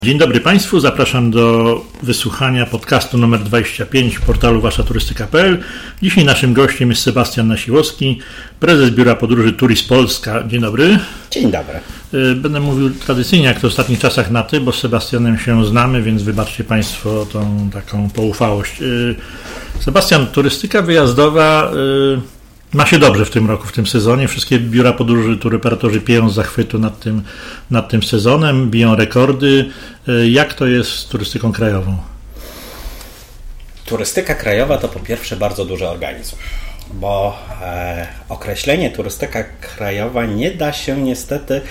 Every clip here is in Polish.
Dzień dobry Państwu, zapraszam do wysłuchania podcastu numer 25 portalu waszaturystyka.pl. Dzisiaj naszym gościem jest Sebastian Nasiłowski, prezes Biura Podróży Tourist Polska. Dzień dobry. Dzień dobry. Będę mówił tradycyjnie, jak to w ostatnich czasach na ty, bo z Sebastianem się znamy, więc wybaczcie Państwo tą taką poufałość. Sebastian, turystyka wyjazdowa ma się dobrze w tym roku, w tym sezonie. Wszystkie biura podróży, turoperatorzy pieją z zachwytu nad tym sezonem, biją rekordy. Jak to jest z turystyką krajową? Turystyka krajowa to po pierwsze bardzo duży organizm, bo określenie turystyka krajowa nie da się niestety,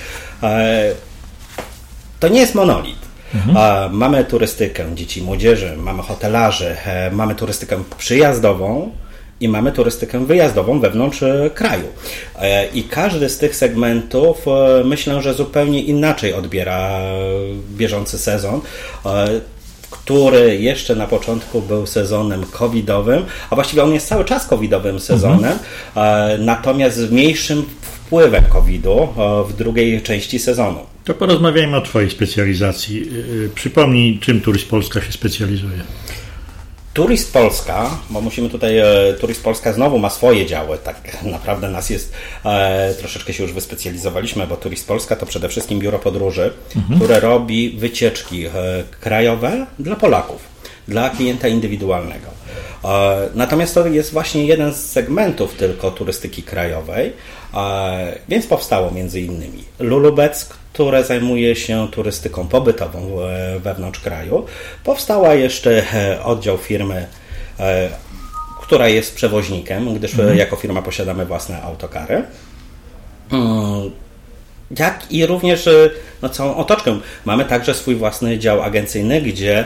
to nie jest monolit. Mamy turystykę dzieci i młodzieży, mamy hotelarzy, mamy turystykę przyjazdową, i mamy turystykę wyjazdową wewnątrz kraju. I każdy z tych segmentów myślę, że zupełnie inaczej odbiera bieżący sezon, który jeszcze na początku był sezonem covidowym, a właściwie on jest cały czas covidowym sezonem, natomiast z mniejszym wpływem covidu w drugiej części sezonu. To porozmawiajmy o Twojej specjalizacji. Przypomnij, czym Tourist Polska się specjalizuje. Tourist Polska, bo musimy tutaj, Tourist Polska znowu ma swoje działy, tak naprawdę nas jest, troszeczkę się już wyspecjalizowaliśmy, bo Tourist Polska to przede wszystkim biuro podróży, które robi wycieczki krajowe dla Polaków, dla klienta indywidualnego. Natomiast to jest właśnie jeden z segmentów tylko turystyki krajowej, więc powstało między innymi Lulubec, które zajmuje się turystyką pobytową wewnątrz kraju. Powstała jeszcze oddział firmy, która jest przewoźnikiem, gdyż jako firma posiadamy własne autokary. Jak i również całą otoczkę. Mamy także swój własny dział agencyjny,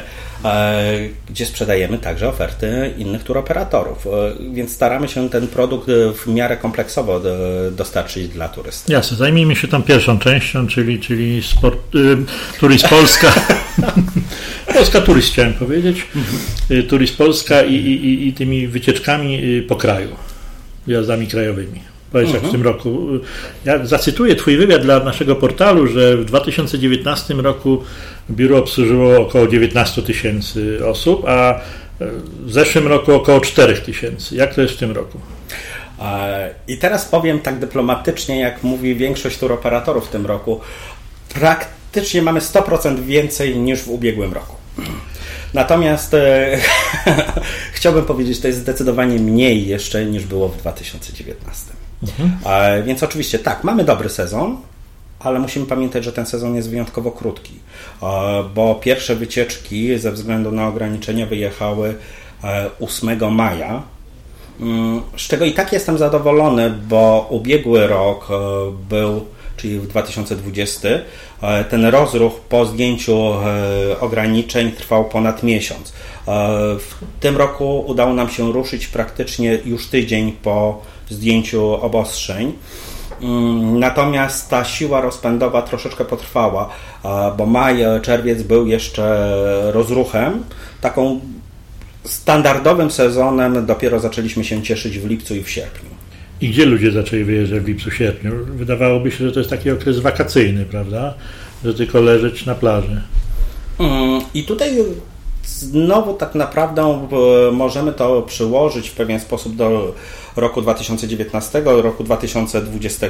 gdzie sprzedajemy także oferty innych touroperatorów. Więc staramy się ten produkt w miarę kompleksowo dostarczyć dla turystów. Jasne, zajmijmy się tą pierwszą częścią, czyli Tourist Polska. Polska Turist chciałem powiedzieć. Tourist Polska i tymi wycieczkami po kraju, wyjazdami krajowymi. Powiedz, jak w tym roku. Ja zacytuję Twój wywiad dla naszego portalu, że w 2019 roku biuro obsłużyło około 19 000 osób, a w zeszłym roku około 4 000. Jak to jest w tym roku? I teraz powiem tak dyplomatycznie, jak mówi większość touroperatorów w tym roku. Praktycznie mamy 100% więcej niż w ubiegłym roku. Natomiast chciałbym powiedzieć, że to jest zdecydowanie mniej jeszcze niż było w 2019. Więc oczywiście tak, mamy dobry sezon, ale musimy pamiętać, że ten sezon jest wyjątkowo krótki, bo pierwsze wycieczki ze względu na ograniczenia wyjechały 8 maja, z czego i tak jestem zadowolony, bo ubiegły rok był, czyli w 2020, ten rozruch po zdjęciu ograniczeń trwał ponad miesiąc. W tym roku udało nam się ruszyć praktycznie już tydzień po zdjęciu obostrzeń. Natomiast ta siła rozpędowa troszeczkę potrwała, bo maj, czerwiec był jeszcze rozruchem. Taką standardowym sezonem dopiero zaczęliśmy się cieszyć w lipcu i w sierpniu. I gdzie ludzie zaczęli wyjeżdżać w lipcu, sierpniu? Wydawałoby się, że to jest taki okres wakacyjny, prawda? Że tylko leżeć na plaży. I tutaj znowu tak naprawdę możemy to przyłożyć w pewien sposób do roku 2019, roku 2020,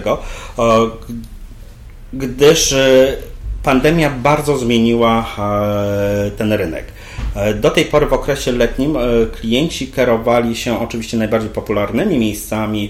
gdyż pandemia bardzo zmieniła ten rynek. Do tej pory w okresie letnim klienci kierowali się oczywiście najbardziej popularnymi miejscami,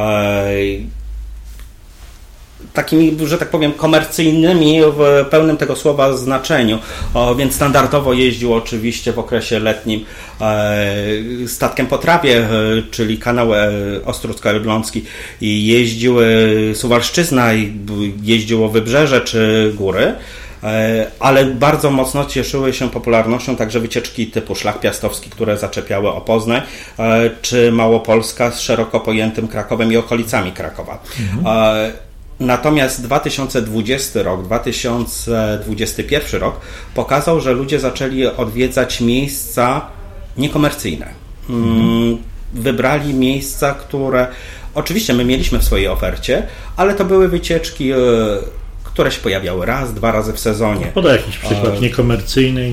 takimi, że tak powiem, komercyjnymi w pełnym tego słowa znaczeniu, więc standardowo jeździł oczywiście w okresie letnim statkiem po trawie, czyli kanał Ostródzko-Elbląski, i jeździł Suwalszczyzna, jeździło Wybrzeże czy góry, ale bardzo mocno cieszyły się popularnością także wycieczki typu Szlak Piastowski, które zaczepiały o Poznań, czy Małopolska z szeroko pojętym Krakowem i okolicami Krakowa. Natomiast 2020 rok, 2021 rok pokazał, że ludzie zaczęli odwiedzać miejsca niekomercyjne. Wybrali miejsca, które oczywiście my mieliśmy w swojej ofercie, ale to były wycieczki, które się pojawiały raz, 2 razy w sezonie. Podaj jakiś przykład niekomercyjny.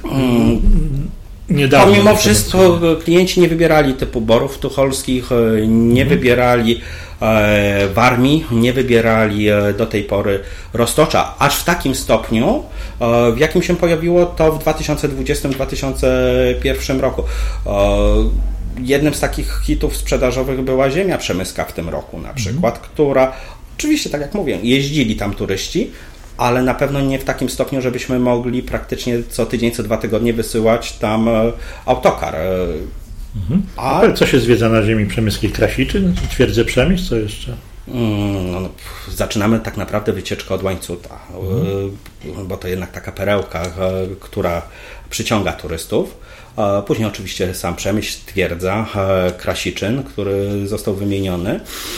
Pomimo wszystko klienci nie wybierali typu borów tucholskich, nie wybierali warmi, nie wybierali do tej pory roztocza, aż w takim stopniu, w jakim się pojawiło to w 2020-2021 roku. Jednym z takich hitów sprzedażowych była ziemia przemyska w tym roku na przykład, która oczywiście, tak jak mówię, jeździli tam turyści, ale na pewno nie w takim stopniu, żebyśmy mogli praktycznie co tydzień, co 2 tygodnie wysyłać tam autokar. A co się zwiedza na ziemi przemyskiej? Krasiczyn? Twierdzę Przemyśl? Co jeszcze? Zaczynamy tak naprawdę wycieczkę od Łańcuta, bo to jednak taka perełka, która przyciąga turystów. Później oczywiście sam Przemyśl, Twierdza, Krasiczyn, który został wymieniony.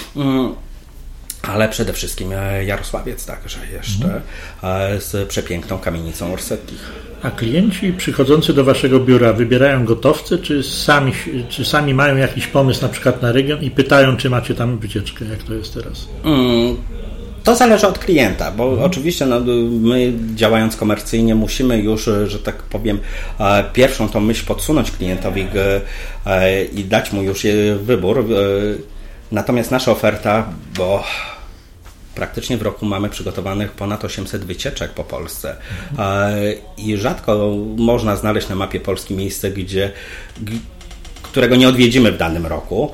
Ale przede wszystkim Jarosławiec także jeszcze z przepiękną kamienicą Orsetti. A klienci przychodzący do waszego biura wybierają gotowce, czy sami mają jakiś pomysł na przykład na region i pytają, czy macie tam wycieczkę? Jak to jest teraz? To zależy od klienta, bo oczywiście my działając komercyjnie musimy już, że tak powiem, pierwszą tą myśl podsunąć klientowi i dać mu już wybór. Natomiast nasza oferta, bo praktycznie w roku mamy przygotowanych ponad 800 wycieczek po Polsce i rzadko można znaleźć na mapie Polski miejsce, którego nie odwiedzimy w danym roku.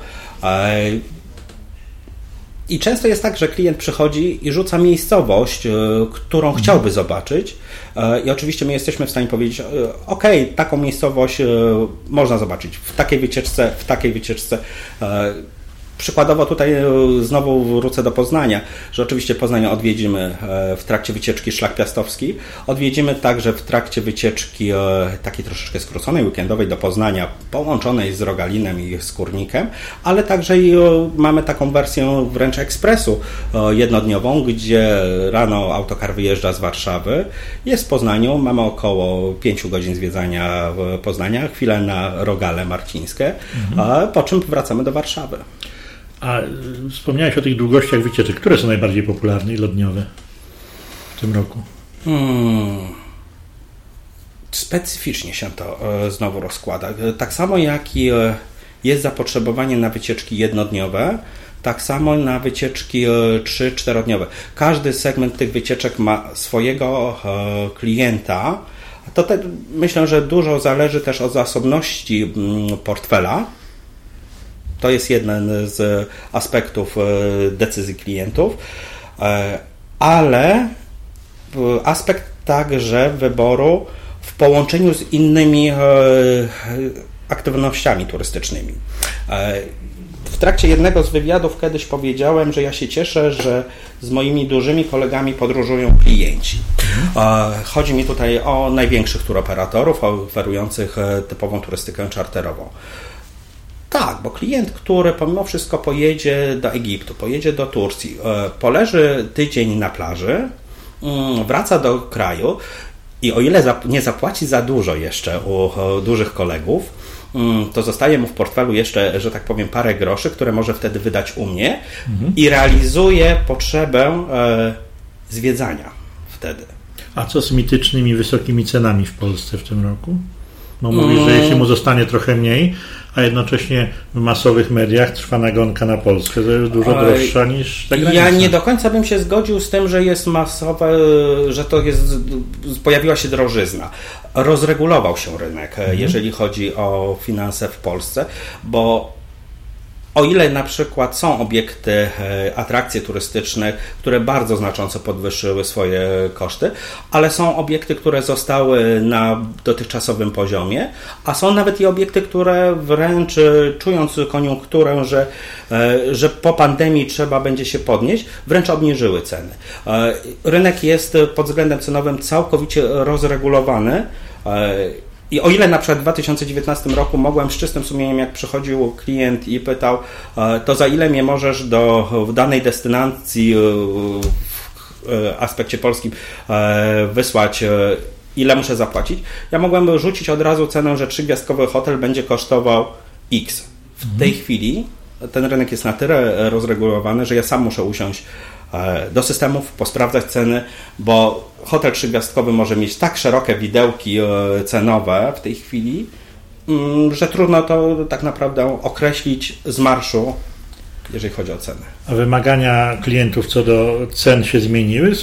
I często jest tak, że klient przychodzi i rzuca miejscowość, którą chciałby zobaczyć i oczywiście my jesteśmy w stanie powiedzieć, ok, taką miejscowość można zobaczyć w takiej wycieczce. Przykładowo tutaj znowu wrócę do Poznania, że oczywiście Poznań odwiedzimy w trakcie wycieczki Szlak Piastowski, odwiedzimy także w trakcie wycieczki takiej troszeczkę skróconej, weekendowej do Poznania, połączonej z Rogalinem i z Kurnikiem, ale także i mamy taką wersję wręcz ekspresu jednodniową, gdzie rano autokar wyjeżdża z Warszawy, jest w Poznaniu, mamy około 5 godzin zwiedzania w Poznania, chwilę na Rogale Marcińskie, po czym wracamy do Warszawy. A wspomniałeś o tych długościach wycieczek. Które są najbardziej popularne i lodniowe w tym roku? Specyficznie się to znowu rozkłada. Tak samo jak jest zapotrzebowanie na wycieczki jednodniowe, tak samo na wycieczki 3-4-dniowe. Każdy segment tych wycieczek ma swojego klienta. To myślę, że dużo zależy też od zasobności portfela. To jest jeden z aspektów decyzji klientów, ale aspekt także wyboru w połączeniu z innymi aktywnościami turystycznymi. W trakcie jednego z wywiadów kiedyś powiedziałem, że ja się cieszę, że z moimi dużymi kolegami podróżują klienci. Chodzi mi tutaj o największych turoperatorów oferujących typową turystykę czarterową. Tak, bo klient, który pomimo wszystko pojedzie do Egiptu, pojedzie do Turcji, poleży tydzień na plaży, wraca do kraju i o ile nie zapłaci za dużo jeszcze u dużych kolegów, to zostaje mu w portfelu jeszcze, że tak powiem, parę groszy, które może wtedy wydać u mnie i realizuje potrzebę zwiedzania wtedy. A co z mitycznymi, wysokimi cenami w Polsce w tym roku? Bo mówisz, że jeśli mu zostanie trochę mniej, a jednocześnie w masowych mediach trwa nagonka na Polskę, to jest dużo droższa niż ta granica. Ja nie do końca bym się zgodził z tym, że jest masowe, że to jest, pojawiła się drożyzna. Rozregulował się rynek, jeżeli chodzi o finanse w Polsce, bo o ile na przykład są obiekty, atrakcje turystyczne, które bardzo znacząco podwyższyły swoje koszty, ale są obiekty, które zostały na dotychczasowym poziomie, a są nawet i obiekty, które wręcz czując koniunkturę, że po pandemii trzeba będzie się podnieść, wręcz obniżyły ceny. Rynek jest pod względem cenowym całkowicie rozregulowany. I o ile na przykład w 2019 roku mogłem z czystym sumieniem, jak przychodził klient i pytał, to za ile mnie możesz w danej destynacji w aspekcie polskim wysłać, ile muszę zapłacić, ja mogłem rzucić od razu cenę, że 3-gwiazdkowy hotel będzie kosztował X. W tej chwili ten rynek jest na tyle rozregulowany, że ja sam muszę usiąść do systemów, posprawdzać ceny, bo hotel 3-gwiazdkowy może mieć tak szerokie widełki cenowe w tej chwili, że trudno to tak naprawdę określić z marszu, jeżeli chodzi o ceny. A wymagania klientów co do cen się zmieniły?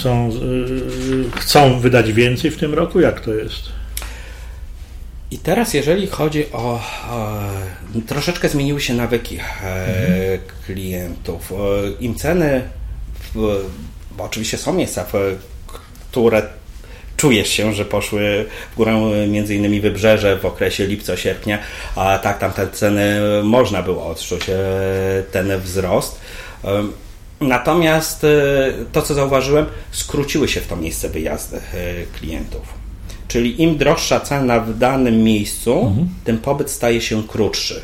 Chcą wydać więcej w tym roku? Jak to jest? I teraz jeżeli chodzi o troszeczkę zmieniły się nawyki klientów. Im ceny, bo oczywiście są miejsca, które czujesz się, że poszły w górę, między innymi Wybrzeże w okresie lipca-sierpnia, a tak tam te ceny można było odczuć ten wzrost. Natomiast to, co zauważyłem, skróciły się w to miejsce wyjazdy klientów. Czyli im droższa cena w danym miejscu, tym pobyt staje się krótszy.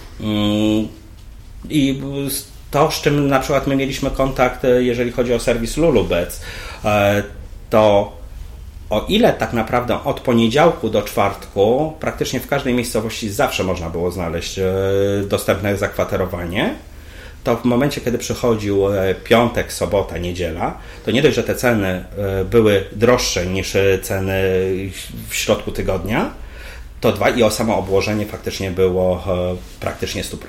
I to, z czym na przykład my mieliśmy kontakt, jeżeli chodzi o serwis Lulubec, to o ile tak naprawdę od poniedziałku do czwartku praktycznie w każdej miejscowości zawsze można było znaleźć dostępne zakwaterowanie, to w momencie, kiedy przychodził piątek, sobota, niedziela, to nie dość, że te ceny były droższe niż ceny w środku tygodnia, to i samo obłożenie faktycznie było praktycznie 100%.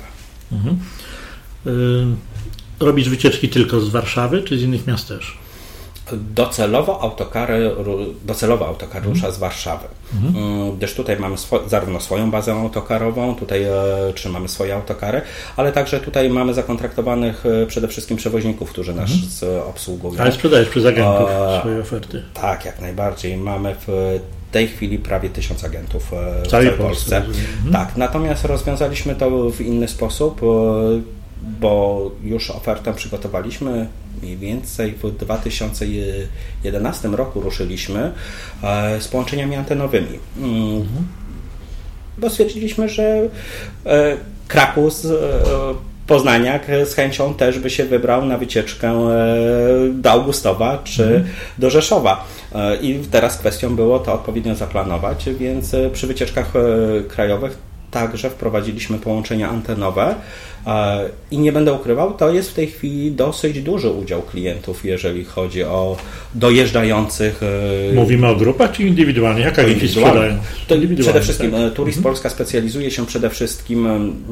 Robisz wycieczki tylko z Warszawy, czy z innych miast też? Docelowo autokar rusza z Warszawy, gdyż tutaj mamy zarówno swoją bazę autokarową, tutaj trzymamy swoje autokary, ale także tutaj mamy zakontraktowanych przede wszystkim przewoźników, którzy nas obsługują. Ale sprzedajesz przez agentów swoje oferty? Tak, jak najbardziej. Mamy w tej chwili prawie 1000 agentów w całej Polsce. Tak, natomiast rozwiązaliśmy to w inny sposób, bo już ofertę przygotowaliśmy mniej więcej w 2011 roku ruszyliśmy z połączeniami antenowymi. Bo stwierdziliśmy, że Kraków z Poznania z chęcią też by się wybrał na wycieczkę do Augustowa czy do Rzeszowa. I teraz kwestią było to odpowiednio zaplanować, więc przy wycieczkach krajowych także wprowadziliśmy połączenia antenowe i nie będę ukrywał, to jest w tej chwili dosyć duży udział klientów, jeżeli chodzi o dojeżdżających. Mówimy o grupach czy indywidualnie? Jak agenci sprzedają? Przede wszystkim Turist Polska specjalizuje się przede wszystkim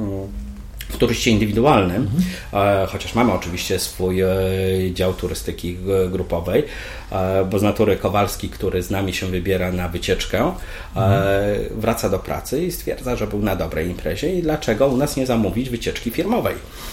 w turyście indywidualnym, chociaż mamy oczywiście swój dział turystyki grupowej, bo z natury Kowalski, który z nami się wybiera na wycieczkę, wraca do pracy i stwierdza, że był na dobrej imprezie i dlaczego u nas nie zamówić wycieczki firmowej.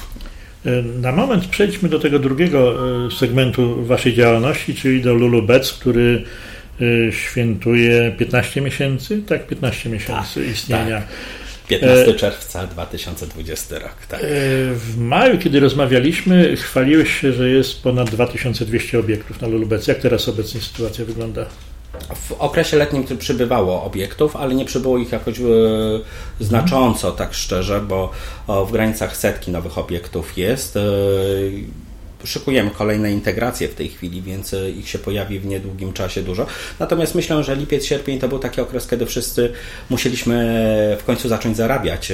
Na moment przejdźmy do tego drugiego segmentu waszej działalności, czyli do Lulubec, który świętuje 15 miesięcy, tak? 15 miesięcy istnienia. Tak. 15 czerwca 2020 rok. Tak. W maju, kiedy rozmawialiśmy, chwaliłeś się, że jest ponad 2200 obiektów na Lulubec. Jak teraz obecnie sytuacja wygląda? W okresie letnim przybywało obiektów, ale nie przybyło ich jakoś znacząco, tak szczerze, bo w granicach setki nowych obiektów jest. Szykujemy kolejne integracje w tej chwili, więc ich się pojawi w niedługim czasie dużo. Natomiast myślę, że lipiec, sierpień to był taki okres, kiedy wszyscy musieliśmy w końcu zacząć zarabiać,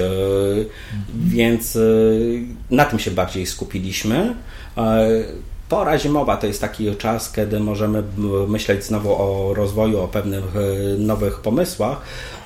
więc na tym się bardziej skupiliśmy. Pora zimowa to jest taki czas, kiedy możemy myśleć znowu o rozwoju, o pewnych nowych pomysłach.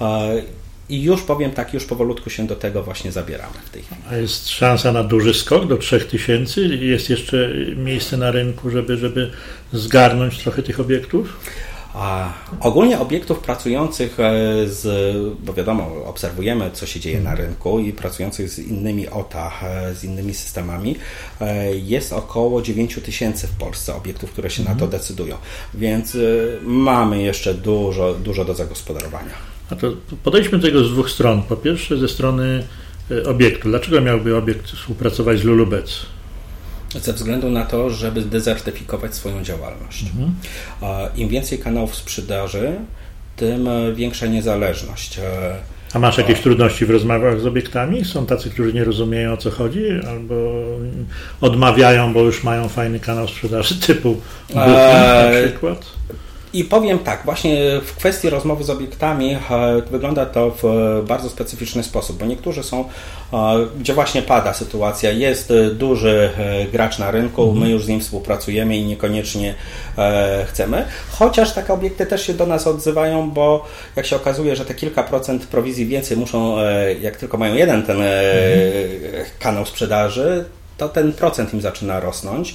I już powiem tak, już powolutku się do tego właśnie zabieramy w tej chwili. A jest szansa na duży skok do 3000? Jest jeszcze miejsce na rynku, żeby zgarnąć trochę tych obiektów? Ogólnie obiektów pracujących bo wiadomo, obserwujemy, co się dzieje na rynku i pracujących z innymi OTA, z innymi systemami, jest około 9000 w Polsce obiektów, które się na to decydują. Więc mamy jeszcze dużo do zagospodarowania. A to podejdźmy do tego z dwóch stron. Po pierwsze ze strony obiektu. Dlaczego miałby obiekt współpracować z Lulubec? Ze względu na to, żeby dezertyfikować swoją działalność. Im więcej kanałów sprzedaży, tym większa niezależność. A masz jakieś trudności w rozmowach z obiektami? Są tacy, którzy nie rozumieją, o co chodzi? Albo odmawiają, bo już mają fajny kanał sprzedaży typu Booking na przykład? I powiem tak, właśnie w kwestii rozmowy z obiektami wygląda to w bardzo specyficzny sposób, bo niektórzy są, gdzie właśnie pada sytuacja, jest duży gracz na rynku, my już z nim współpracujemy i niekoniecznie chcemy, chociaż takie obiekty też się do nas odzywają, bo jak się okazuje, że te kilka procent prowizji więcej muszą, jak tylko mają jeden ten kanał sprzedaży, to ten procent im zaczyna rosnąć.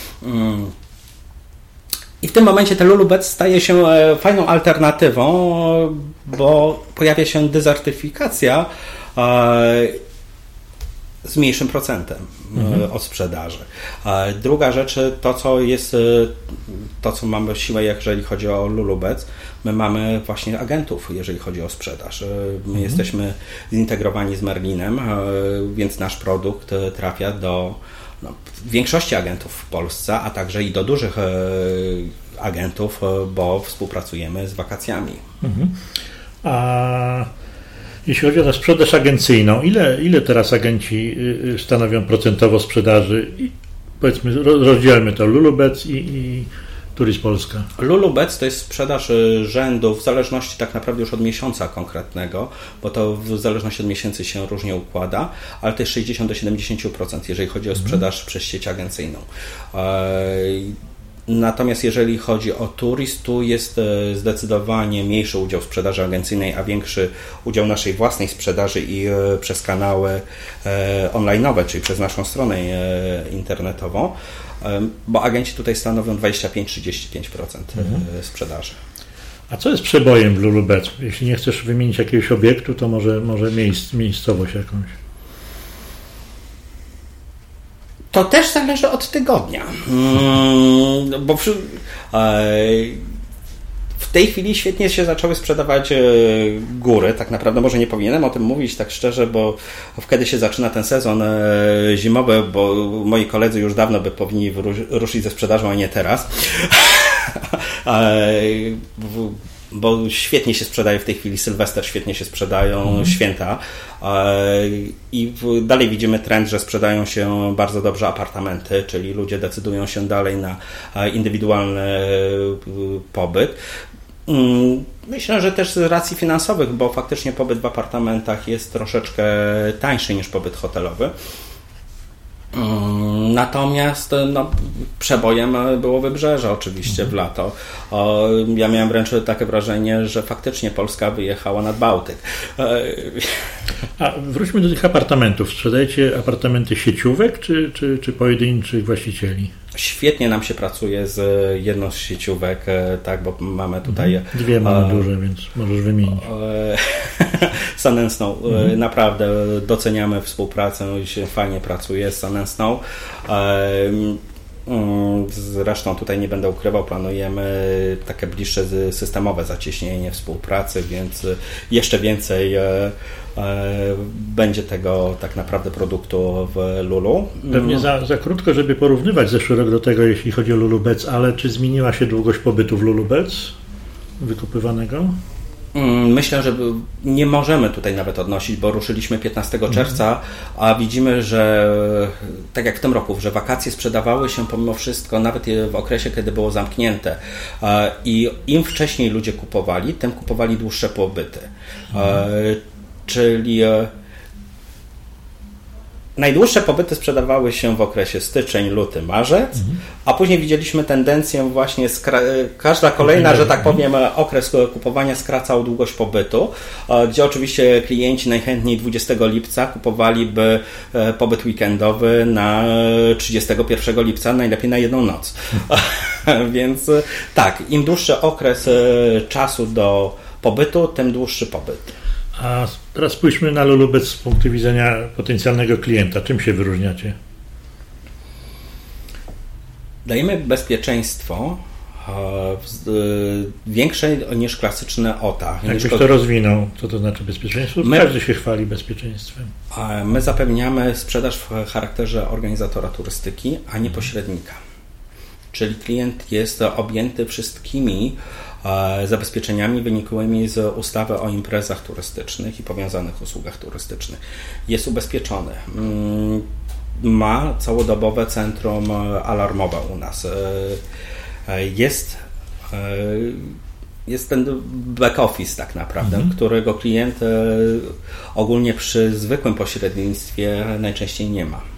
I w tym momencie ten Lulubec staje się fajną alternatywą, bo pojawia się dezertyfikacja z mniejszym procentem od sprzedaży. Druga rzecz, to co mamy siłę, jeżeli chodzi o Lulubec, my mamy właśnie agentów, jeżeli chodzi o sprzedaż. My jesteśmy zintegrowani z Merlinem, więc nasz produkt trafia do większości agentów w Polsce, a także i do dużych agentów, bo współpracujemy z wakacjami. A jeśli chodzi o tę sprzedaż agencyjną, ile teraz agenci stanowią procentowo sprzedaży? Powiedzmy, rozdzielmy to, Lulubec i Turis-Polska. Lulubec to jest sprzedaż rzędu w zależności tak naprawdę już od miesiąca konkretnego, bo to w zależności od miesięcy się różnie układa, ale to jest 60 do 70%, jeżeli chodzi o sprzedaż przez sieć agencyjną. Natomiast jeżeli chodzi o Turis, tu jest zdecydowanie mniejszy udział sprzedaży agencyjnej, a większy udział naszej własnej sprzedaży i przez kanały online'owe, czyli przez naszą stronę internetową, bo agenci tutaj stanowią 25-35% sprzedaży. A co jest przebojem w Lulubec? Jeśli nie chcesz wymienić jakiegoś obiektu, to może miejscowość jakąś. To też zależy od tygodnia, bo w tej chwili świetnie się zaczęły sprzedawać góry. Tak naprawdę może nie powinienem o tym mówić tak szczerze, bo kiedy się zaczyna ten sezon zimowy, bo moi koledzy już dawno by powinni ruszyć ze sprzedażą, a nie teraz. Bo świetnie się sprzedaje w tej chwili Sylwester, świetnie się sprzedają święta i dalej widzimy trend, że sprzedają się bardzo dobrze apartamenty, czyli ludzie decydują się dalej na indywidualny pobyt. Myślę, że też z racji finansowych, bo faktycznie pobyt w apartamentach jest troszeczkę tańszy niż pobyt hotelowy. Natomiast przebojem było Wybrzeże oczywiście w lato. Ja miałem wręcz takie wrażenie, że faktycznie Polska wyjechała nad Bałtyk. A wróćmy do tych apartamentów. Sprzedajecie apartamenty sieciówek czy pojedynczych właścicieli? Świetnie nam się pracuje z jedną z sieciówek, tak, bo mamy tutaj... Dwie mamy duże, więc możesz wymienić. Sun & Snow. Naprawdę doceniamy współpracę i się fajnie pracuje z Sun & Snow. Zresztą tutaj nie będę ukrywał, planujemy takie bliższe systemowe zacieśnienie współpracy, więc jeszcze więcej będzie tego tak naprawdę produktu w Lulu. Pewnie za krótko, żeby porównywać zeszły rok do tego, jeśli chodzi o Lulubec, ale czy zmieniła się długość pobytu w Lulubec wykupywanego? Myślę, że nie możemy tutaj nawet odnosić, bo ruszyliśmy 15 czerwca, a widzimy, że tak jak w tym roku, że wakacje sprzedawały się pomimo wszystko, nawet w okresie, kiedy było zamknięte. I im wcześniej ludzie kupowali, tym kupowali dłuższe pobyty. Czyli najdłuższe pobyty sprzedawały się w okresie styczeń, luty, marzec, a później widzieliśmy tendencję właśnie, każda kolejna, że tak powiem, okres kupowania skracał długość pobytu, gdzie oczywiście klienci najchętniej 20 lipca kupowaliby pobyt weekendowy na 31 lipca, najlepiej na jedną noc. Więc tak, im dłuższy okres czasu do pobytu, tym dłuższy pobyt. A teraz spójrzmy na Lulubec z punktu widzenia potencjalnego klienta. Czym się wyróżniacie? Dajemy bezpieczeństwo większe niż klasyczne OTA. Jakbyś to rozwinął, co to znaczy bezpieczeństwo? Każdy się chwali bezpieczeństwem. My zapewniamy sprzedaż w charakterze organizatora turystyki, a nie pośrednika. Czyli klient jest objęty wszystkimi zabezpieczeniami wynikłymi z ustawy o imprezach turystycznych i powiązanych usługach turystycznych. Jest ubezpieczony. Ma całodobowe centrum alarmowe u nas. Jest jest ten back office tak naprawdę, którego klient ogólnie przy zwykłym pośrednictwie najczęściej nie ma.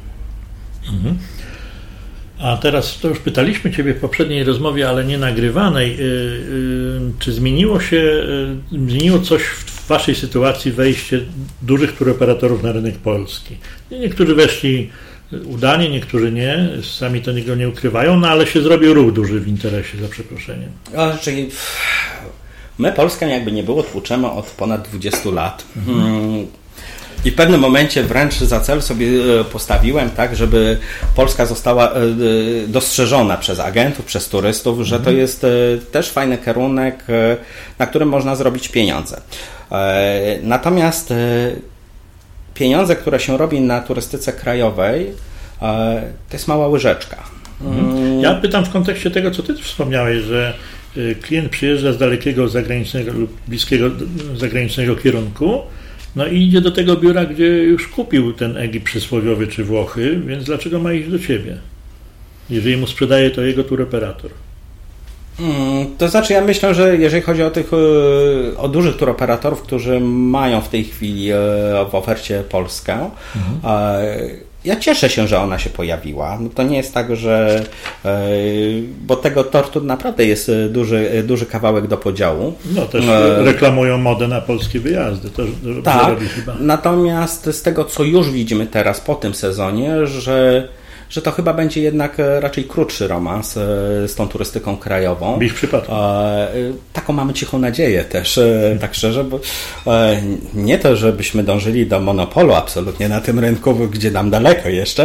A teraz, to już pytaliśmy Ciebie w poprzedniej rozmowie, ale nie nagrywanej, czy zmieniło coś w Waszej sytuacji wejście dużych turoperatorów na rynek polski? Niektórzy weszli udanie, niektórzy nie, sami to niego nie ukrywają, no ale się zrobił ruch duży w interesie, za przeproszeniem. Czyli my Polskę jakby nie było tłuczemy od ponad 20 lat. I w pewnym momencie wręcz za cel sobie postawiłem tak, żeby Polska została dostrzeżona przez agentów, przez turystów, że to jest też fajny kierunek, na którym można zrobić pieniądze. Natomiast pieniądze, które się robi na turystyce krajowej, to jest mała łyżeczka. Ja pytam w kontekście tego, co Ty wspomniałeś, że klient przyjeżdża z dalekiego zagranicznego lub bliskiego zagranicznego kierunku, no i idzie do tego biura, gdzie już kupił ten Egipt przysłowiowy czy Włochy, więc dlaczego ma iść do Ciebie? Jeżeli mu sprzedaje to jego turoperator. To znaczy, ja myślę, że jeżeli chodzi o dużych turoperatorów, którzy mają w tej chwili w ofercie Polskę, ja cieszę się, że ona się pojawiła. No to nie jest tak, że... Bo tego tortu naprawdę jest duży kawałek do podziału. No też reklamują modę na polskie wyjazdy. To tak, robi chyba. Natomiast z tego, co już widzimy teraz po tym sezonie, że to chyba będzie jednak raczej krótszy romans z tą turystyką krajową. W ich przypadku. Taką mamy cichą nadzieję też, tak szczerze, bo nie to, żebyśmy dążyli do monopolu absolutnie na tym rynku, gdzie nam daleko jeszcze,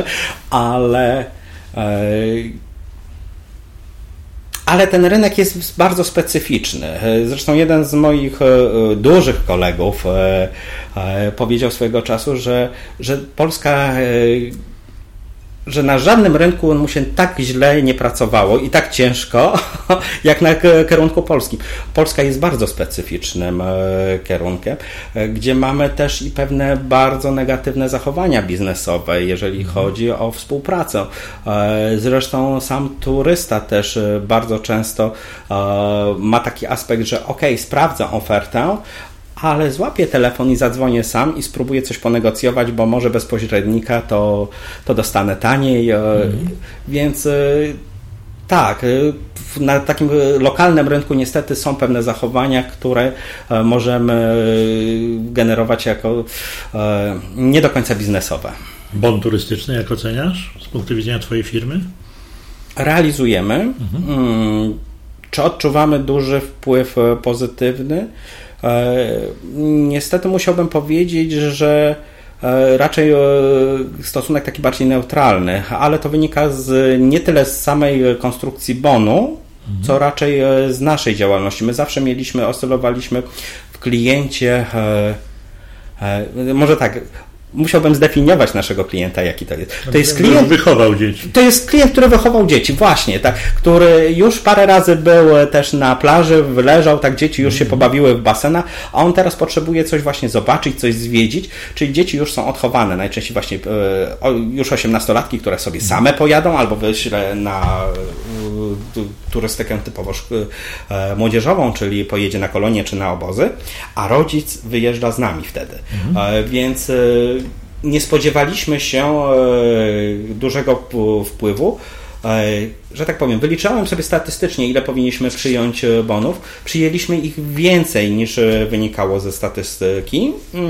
ale ten rynek jest bardzo specyficzny. Zresztą jeden z moich dużych kolegów powiedział swojego czasu, że Polska... że na żadnym rynku mu się tak źle nie pracowało i tak ciężko, jak na kierunku polskim. Polska jest bardzo specyficznym kierunkiem, gdzie mamy też i pewne bardzo negatywne zachowania biznesowe, jeżeli chodzi o współpracę. Zresztą sam turysta też bardzo często ma taki aspekt, że sprawdzę ofertę, ale złapię telefon i zadzwonię sam i spróbuję coś ponegocjować, bo może bez pośrednika to dostanę taniej. Więc tak, na takim lokalnym rynku niestety są pewne zachowania, które możemy generować jako nie do końca biznesowe. Bon turystyczny jak oceniasz z punktu widzenia Twojej firmy? Realizujemy. Czy odczuwamy duży wpływ pozytywny? Niestety musiałbym powiedzieć, że raczej stosunek taki bardziej neutralny, ale to wynika nie tyle z samej konstrukcji bonu, co raczej z naszej działalności. My zawsze oscylowaliśmy w kliencie, może tak, musiałbym zdefiniować naszego klienta, jaki to jest. To jest klient, który wychował dzieci. To jest klient, który wychował dzieci, właśnie, tak, który już parę razy był też na plaży, leżał, tak, dzieci już się pobawiły w basena, a on teraz potrzebuje coś właśnie zobaczyć, coś zwiedzić, czyli dzieci już są odchowane, najczęściej właśnie już 18-latki, które sobie same pojadą, albo wyślę na turystykę typowo młodzieżową, czyli pojedzie na kolonie czy na obozy, a rodzic wyjeżdża z nami wtedy. Więc nie spodziewaliśmy się dużego wpływu. Że tak powiem, wyliczałem sobie statystycznie, ile powinniśmy przyjąć bonów. Przyjęliśmy ich więcej niż wynikało ze statystyki.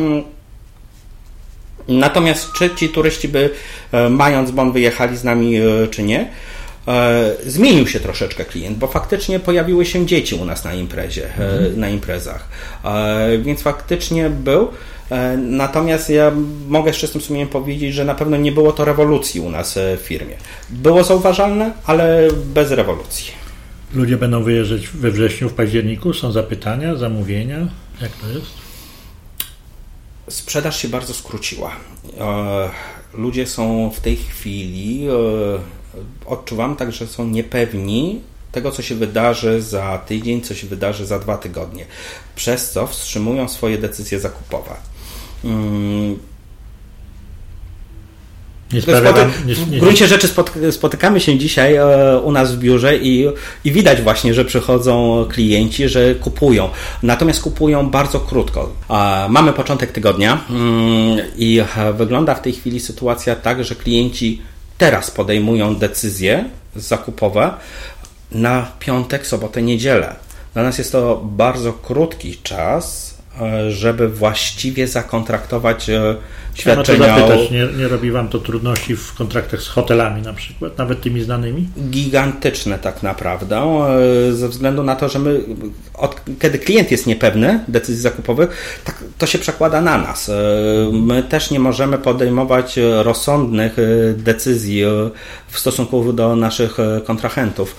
Natomiast czy ci turyści by mając bon wyjechali z nami, czy nie, zmienił się troszeczkę klient, bo faktycznie pojawiły się dzieci u nas na imprezie, na imprezach. Więc faktycznie był. Natomiast ja mogę z czystym sumieniem powiedzieć, że na pewno nie było to rewolucji u nas w firmie. Było zauważalne, ale bez rewolucji. Ludzie będą wyjeżdżać we wrześniu, w październiku? Są zapytania, zamówienia? Jak to jest? Sprzedaż się bardzo skróciła. Ludzie są w tej chwili, odczuwam tak, że są niepewni tego, co się wydarzy za tydzień, co się wydarzy za 2 tygodnie. Przez co wstrzymują swoje decyzje zakupowe. W gruncie rzeczy spotykamy się dzisiaj u nas w biurze i widać właśnie, że przychodzą klienci, że kupują. Natomiast kupują bardzo krótko. Mamy początek tygodnia i wygląda w tej chwili sytuacja tak, że klienci teraz podejmują decyzje zakupowe na piątek, sobotę, niedzielę. Dla nas jest to bardzo krótki czas, żeby właściwie zakontraktować świadczenia. Nie robi Wam to trudności w kontraktach z hotelami na przykład, nawet tymi znanymi? Gigantyczne tak naprawdę, ze względu na to, że my, kiedy klient jest niepewny decyzji zakupowych, tak, to się przekłada na nas. My też nie możemy podejmować rozsądnych decyzji w stosunku do naszych kontrahentów,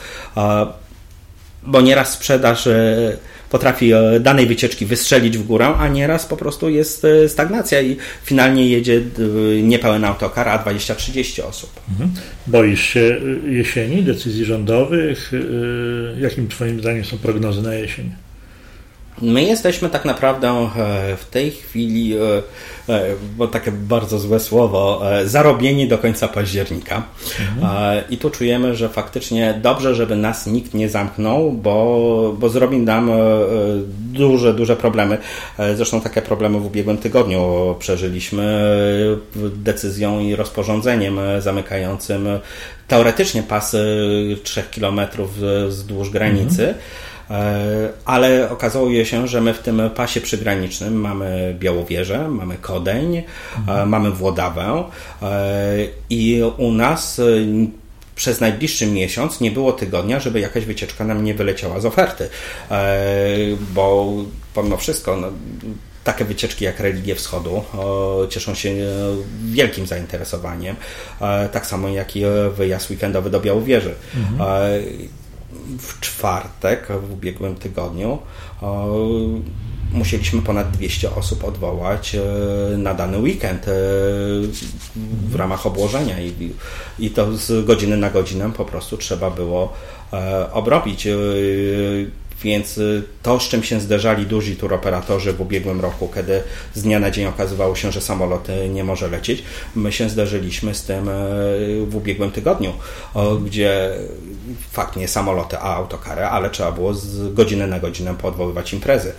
bo nieraz sprzedaż potrafi danej wycieczki wystrzelić w górę, a nieraz po prostu jest stagnacja i finalnie jedzie niepełen autokar, a 20-30 osób. Boisz się jesieni, decyzji rządowych? Jakim Twoim zdaniem są prognozy na jesień? My jesteśmy tak naprawdę w tej chwili, bo takie bardzo złe słowo, zarobieni do końca października. I tu czujemy, że faktycznie dobrze, żeby nas nikt nie zamknął, bo zrobi nam duże problemy. Zresztą takie problemy w ubiegłym tygodniu przeżyliśmy decyzją i rozporządzeniem zamykającym teoretycznie pas 3 km wzdłuż granicy. Ale okazało się, że my w tym pasie przygranicznym mamy Białowieżę, mamy Kodeń, mamy Włodawę i u nas przez najbliższy miesiąc nie było tygodnia, żeby jakaś wycieczka nam nie wyleciała z oferty, bo pomimo wszystko takie wycieczki jak Religie Wschodu cieszą się wielkim zainteresowaniem, tak samo jak i wyjazd weekendowy do Białowieży. W czwartek, w ubiegłym tygodniu, musieliśmy ponad 200 osób odwołać na dany weekend w ramach obłożenia i to z godziny na godzinę po prostu trzeba było obrobić. Więc to, z czym się zderzali duzi turoperatorzy w ubiegłym roku, kiedy z dnia na dzień okazywało się, że samolot nie może lecieć, my się zderzyliśmy z tym w ubiegłym tygodniu, gdzie fakt nie samoloty, a autokary, ale trzeba było z godziny na godzinę poodwoływać imprezy.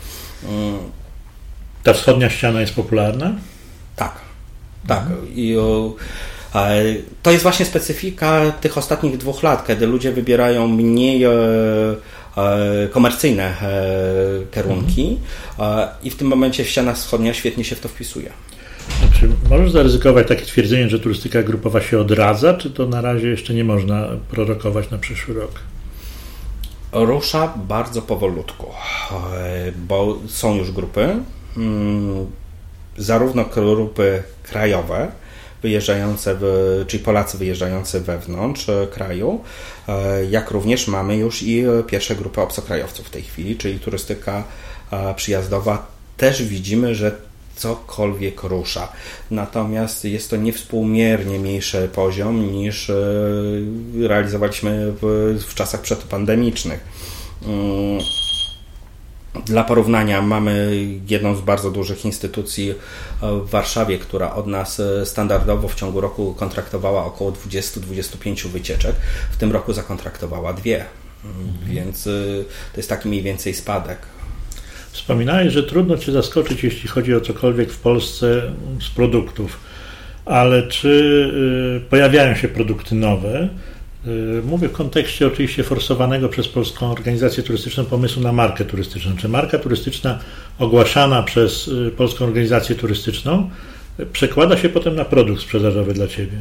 Ta wschodnia ściana jest popularna? Tak. I to jest właśnie specyfika tych ostatnich 2 lat, kiedy ludzie wybierają mniej komercyjne kierunki i w tym momencie ściana wschodnia świetnie się w to wpisuje. Czy możesz zaryzykować takie twierdzenie, że turystyka grupowa się odradza, czy to na razie jeszcze nie można prorokować na przyszły rok? Rusza bardzo powolutku, bo są już grupy, zarówno grupy krajowe, czyli Polacy wyjeżdżający wewnątrz kraju, jak również mamy już i pierwsze grupy obcokrajowców w tej chwili, czyli turystyka przyjazdowa. Też widzimy, że cokolwiek rusza. Natomiast jest to niewspółmiernie mniejszy poziom niż realizowaliśmy w czasach przedpandemicznych. Dla porównania mamy jedną z bardzo dużych instytucji w Warszawie, która od nas standardowo w ciągu roku kontraktowała około 20-25 wycieczek. W tym roku zakontraktowała 2. Więc to jest taki mniej więcej spadek. Wspominałeś, że trudno Cię zaskoczyć, jeśli chodzi o cokolwiek w Polsce z produktów. Ale czy pojawiają się produkty nowe? Mówię w kontekście oczywiście forsowanego przez Polską Organizację Turystyczną pomysłu na markę turystyczną. Czy marka turystyczna ogłaszana przez Polską Organizację Turystyczną przekłada się potem na produkt sprzedażowy dla Ciebie?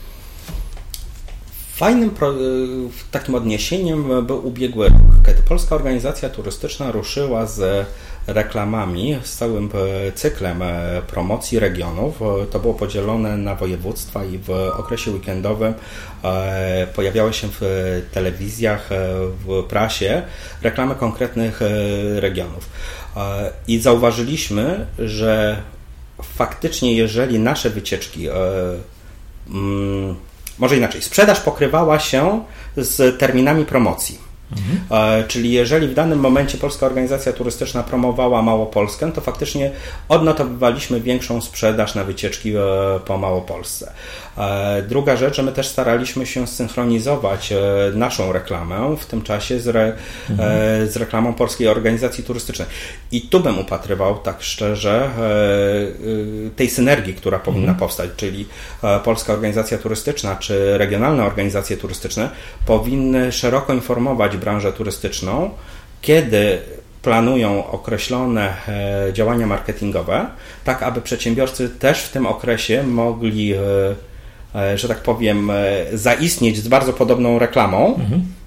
Fajnym takim odniesieniem był ubiegły rok, kiedy Polska Organizacja Turystyczna ruszyła z reklamami, z całym cyklem promocji regionów. To było podzielone na województwa i w okresie weekendowym pojawiały się w telewizjach, w prasie reklamy konkretnych regionów. I zauważyliśmy, że faktycznie jeżeli nasze wycieczki, może inaczej, sprzedaż pokrywała się z terminami promocji. Czyli jeżeli w danym momencie Polska Organizacja Turystyczna promowała Małopolskę, to faktycznie odnotowywaliśmy większą sprzedaż na wycieczki po Małopolsce. Druga rzecz, że my też staraliśmy się synchronizować naszą reklamę w tym czasie z reklamą Polskiej Organizacji Turystycznej. I tu bym upatrywał tak szczerze tej synergii, która powinna powstać, czyli Polska Organizacja Turystyczna czy regionalne organizacje turystyczne powinny szeroko informować branżę turystyczną, kiedy planują określone działania marketingowe, tak aby przedsiębiorcy też w tym okresie mogli, że tak powiem, zaistnieć z bardzo podobną reklamą,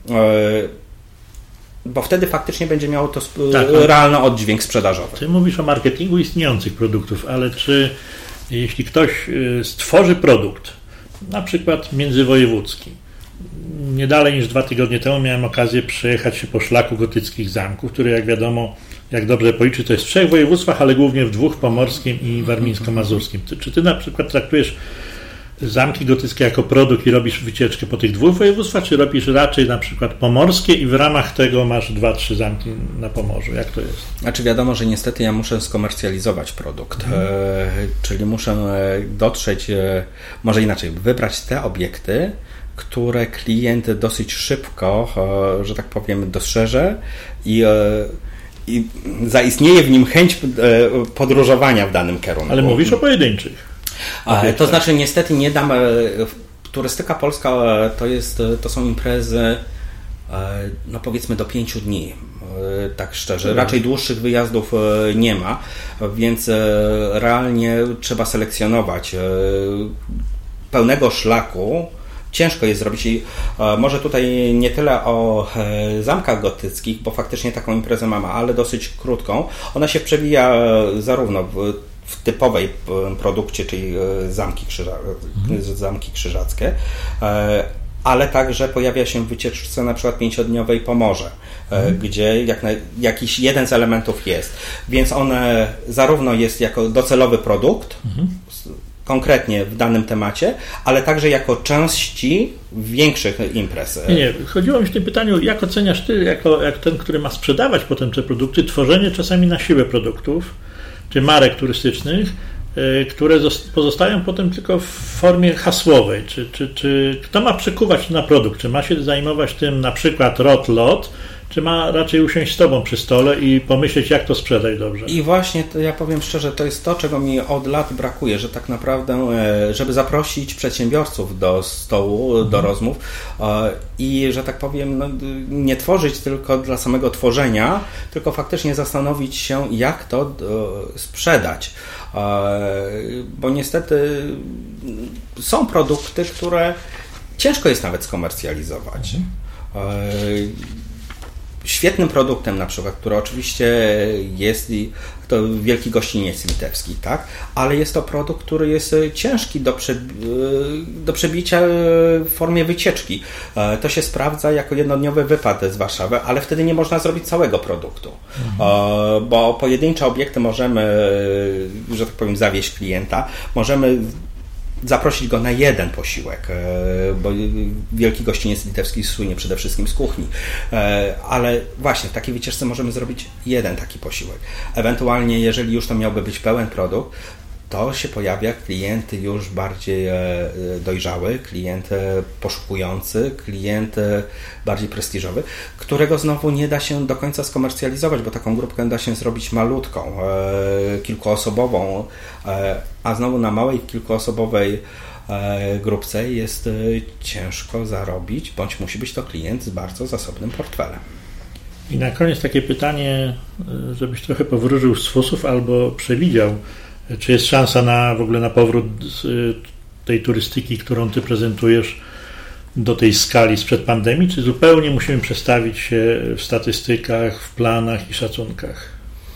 bo wtedy faktycznie będzie miało to realny oddźwięk sprzedażowy. Ty mówisz o marketingu istniejących produktów, ale czy jeśli ktoś stworzy produkt, na przykład międzywojewódzki, nie dalej niż 2 tygodnie temu miałem okazję przejechać się po szlaku gotyckich zamków, który jak wiadomo, jak dobrze policzyć, to jest w 3 województwach, ale głównie w 2, pomorskim i warmińsko-mazurskim. Czy ty na przykład traktujesz zamki gotyckie jako produkt i robisz wycieczkę po tych 2 województwach, czy robisz raczej na przykład pomorskie i w ramach tego masz 2-3 zamki na Pomorzu? Jak to jest? Znaczy wiadomo, że niestety ja muszę skomercjalizować produkt, czyli muszę dotrzeć, może inaczej, wybrać te obiekty, które klient dosyć szybko, że tak powiem, dostrzeże i zaistnieje w nim chęć podróżowania w danym kierunku. Ale mówisz o pojedynczych. To znaczy niestety nie dam... Turystyka polska to są imprezy no powiedzmy do 5 dni, tak szczerze. Raczej dłuższych wyjazdów nie ma, więc realnie trzeba selekcjonować. Pełnego szlaku ciężko jest zrobić i może tutaj nie tyle o zamkach gotyckich, bo faktycznie taką imprezę mamy, ale dosyć krótką. Ona się przewija zarówno w typowej produkcie, czyli zamki krzyżackie, ale także pojawia się w wycieczce na przykład 5-dniowej Pomorze, gdzie jakiś jeden z elementów jest. Więc one zarówno jest jako docelowy produkt, konkretnie w danym temacie, ale także jako części większych imprez. Nie, chodziło mi w tym pytaniu, jak oceniasz ty, jako ten, który ma sprzedawać potem te produkty, tworzenie czasami na siłę produktów, czy marek turystycznych, które pozostają potem tylko w formie hasłowej. Czy kto ma przykuwać na produkt? Czy ma się zajmować tym na przykład lot, czy ma raczej usiąść z tobą przy stole i pomyśleć, jak to sprzedać dobrze? I właśnie, ja powiem szczerze, to jest to, czego mi od lat brakuje, że tak naprawdę, żeby zaprosić przedsiębiorców do stołu, do rozmów i, że tak powiem, nie tworzyć tylko dla samego tworzenia, tylko faktycznie zastanowić się, jak to sprzedać. Bo niestety są produkty, które ciężko jest nawet skomercjalizować. Świetnym produktem na przykład, który oczywiście jest to Wielki Gościniec Litewski, tak? Ale jest to produkt, który jest ciężki do przebicia w formie wycieczki. To się sprawdza jako jednodniowy wypad z Warszawy, ale wtedy nie można zrobić całego produktu, bo pojedyncze obiekty możemy, że tak powiem, zawieźć klienta, możemy zaprosić go na jeden posiłek, bo Wielki Gościniec Litewski słynie przede wszystkim z kuchni, ale właśnie w takiej wycieczce możemy zrobić jeden taki posiłek. Ewentualnie, jeżeli już to miałby być pełen produkt, to się pojawia klient już bardziej dojrzały, klient poszukujący, klient bardziej prestiżowy, którego znowu nie da się do końca skomercjalizować, bo taką grupkę da się zrobić malutką, kilkuosobową, a znowu na małej, kilkuosobowej grupce jest ciężko zarobić, bądź musi być to klient z bardzo zasobnym portfelem. I na koniec takie pytanie, żebyś trochę powróżył z fusów albo przewidział, czy jest szansa w ogóle na powrót tej turystyki, którą ty prezentujesz, do tej skali sprzed pandemii, czy zupełnie musimy przestawić się w statystykach, w planach i szacunkach?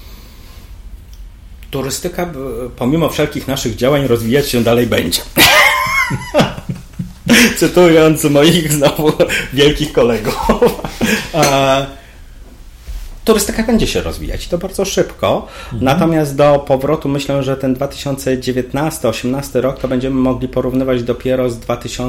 Turystyka, pomimo wszelkich naszych działań, rozwijać się dalej będzie. Cytując moich znowu wielkich kolegów. turystyka będzie się rozwijać i to bardzo szybko. Natomiast do powrotu myślę, że ten 2019-2018 rok to będziemy mogli porównywać dopiero z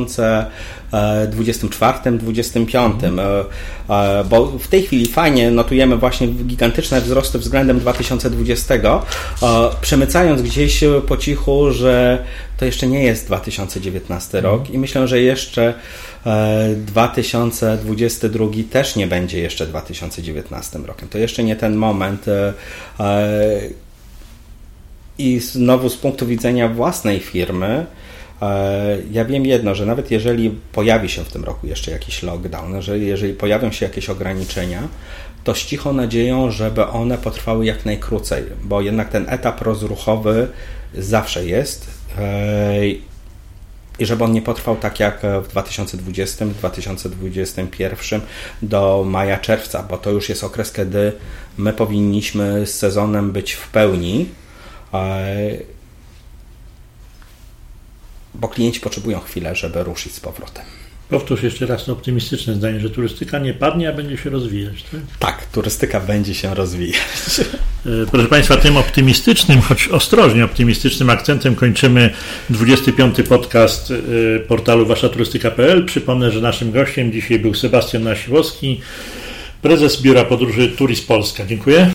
2024-2025, bo w tej chwili fajnie notujemy właśnie gigantyczne wzrosty względem 2020, przemycając gdzieś po cichu, że to jeszcze nie jest 2019 rok i myślę, że jeszcze 2022 też nie będzie jeszcze 2019 rokiem. To jeszcze nie ten moment. I znowu z punktu widzenia własnej firmy, ja wiem jedno, że nawet jeżeli pojawi się w tym roku jeszcze jakiś lockdown, że jeżeli pojawią się jakieś ograniczenia, to z cichą nadzieją, żeby one potrwały jak najkrócej, bo jednak ten etap rozruchowy zawsze jest i żeby on nie potrwał tak jak w 2020, 2021 do maja, czerwca, bo to już jest okres, kiedy my powinniśmy z sezonem być w pełni, bo klienci potrzebują chwilę, żeby ruszyć z powrotem. Powtórz jeszcze raz to optymistyczne zdanie, że turystyka nie padnie, a będzie się rozwijać. Tak? Tak, turystyka będzie się rozwijać. Proszę Państwa, tym optymistycznym, choć ostrożnie optymistycznym akcentem kończymy 25. podcast portalu waszaturystyka.pl. Przypomnę, że naszym gościem dzisiaj był Sebastian Nasiłowski, prezes Biura Podróży Touris Polska. Dziękuję.